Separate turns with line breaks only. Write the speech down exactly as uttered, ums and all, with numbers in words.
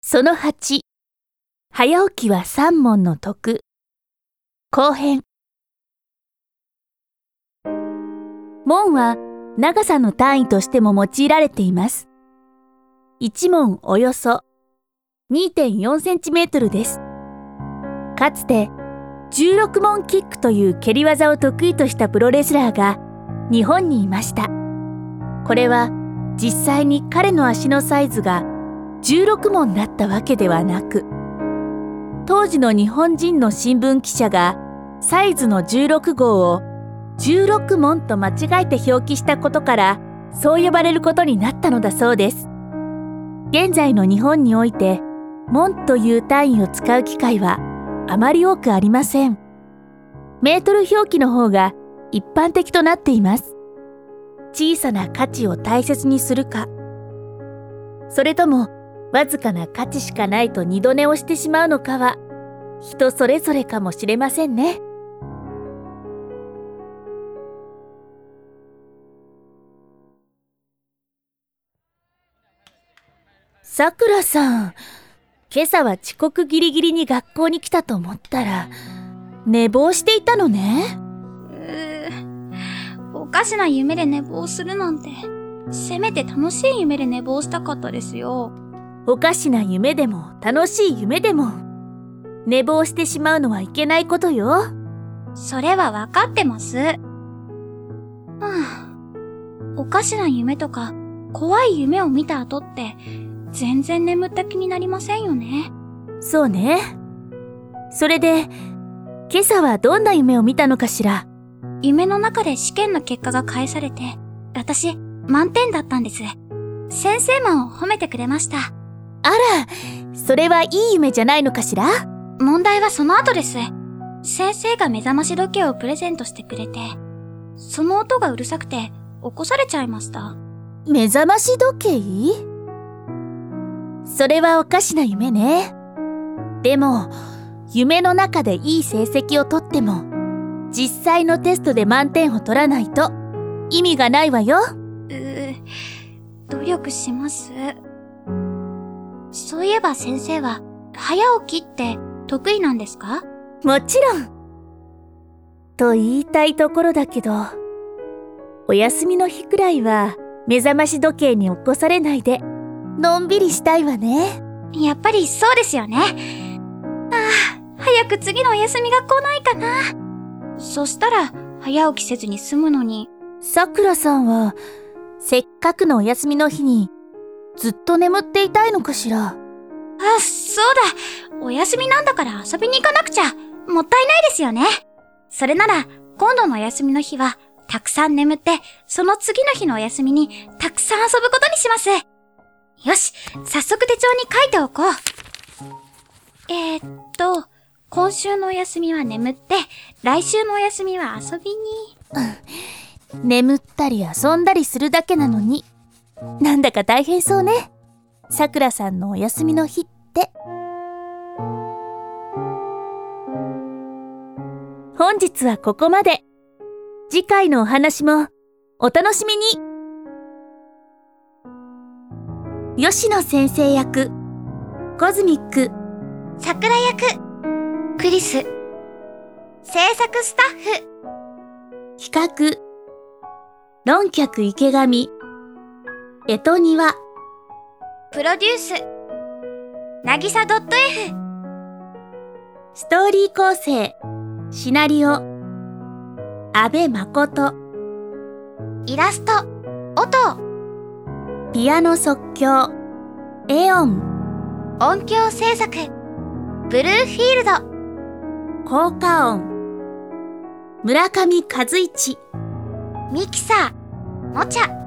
そのはち、早起きは三問の徳。後編。問は長さの単位としても用いられています。いち問およそ にてんよんセンチメートル です。かつてじゅうろく問キックという蹴り技を得意としたプロレスラーが日本にいました。これは実際に彼の足のサイズがじゅうろく問だったわけではなく、当時の日本人の新聞記者がサイズのじゅうろく号をじゅうろく問と間違えて表記したことからそう呼ばれることになったのだそうです。現在の日本において問という単位を使う機会はあまり多くありません。メートル表記の方が一般的となっています。小さな価値を大切にするか、それともわずかな価値しかないと二度寝をしてしまうのかは人それぞれかもしれませんね。さくらさん、今朝は遅刻ギリギリに学校に来たと思ったら寝坊していたのね。
うー、おかしな夢で寝坊するなんて、せめて楽しい夢で寝坊したかったですよ。
おかしな夢でも楽しい夢でも寝坊してしまうのはいけないことよ。
それはわかってます。はあ、おかしな夢とか怖い夢を見た後って全然眠った気になりませんよね。
そうね。それで今朝はどんな夢を見たのかしら。
夢の中で試験の結果が返されて、私満点だったんです。先生も褒めてくれました。
あら、それはいい夢じゃないのかしら。
問題はその後です。先生が目覚まし時計をプレゼントしてくれて、その音がうるさくて起こされちゃいました。
目覚まし時計？それはおかしな夢ね。でも夢の中でいい成績を取っても実際のテストで満点を取らないと意味がないわよ。
うー、努力します。そういえば先生は早起きって得意なんですか？
もちろんと言いたいところだけど、お休みの日くらいは目覚まし時計に起こされないでのんびりしたいわね。
やっぱりそうですよね。ああ、早く次のお休みが来ないかな。そしたら早起きせずに済むのに。
さくらさんはせっかくのお休みの日にずっと眠っていたいのかしら。
あ、そうだ。お休みなんだから遊びに行かなくちゃ。もったいないですよね。それなら今度のお休みの日はたくさん眠って、その次の日のお休みにたくさん遊ぶことにします。よし、早速手帳に書いておこう。えー、っと、今週のお休みは眠って、来週のお休みは遊びに。
眠ったり遊んだりするだけなのに、なんだか大変そうね。さくらさんのお休みの日って。本日はここまで。次回のお話もお楽しみに。吉野先生役コズミック、
桜役クリス、制作スタッフ
企画論客池上、えとにわ、
プロデュースなぎさ .f、
ストーリー構成シナリオ阿部誠、
イラスト音、
ピアノ即興エオン、
音響制作ブルーフィールド、
効果音村上和一、
ミキサーもちゃ。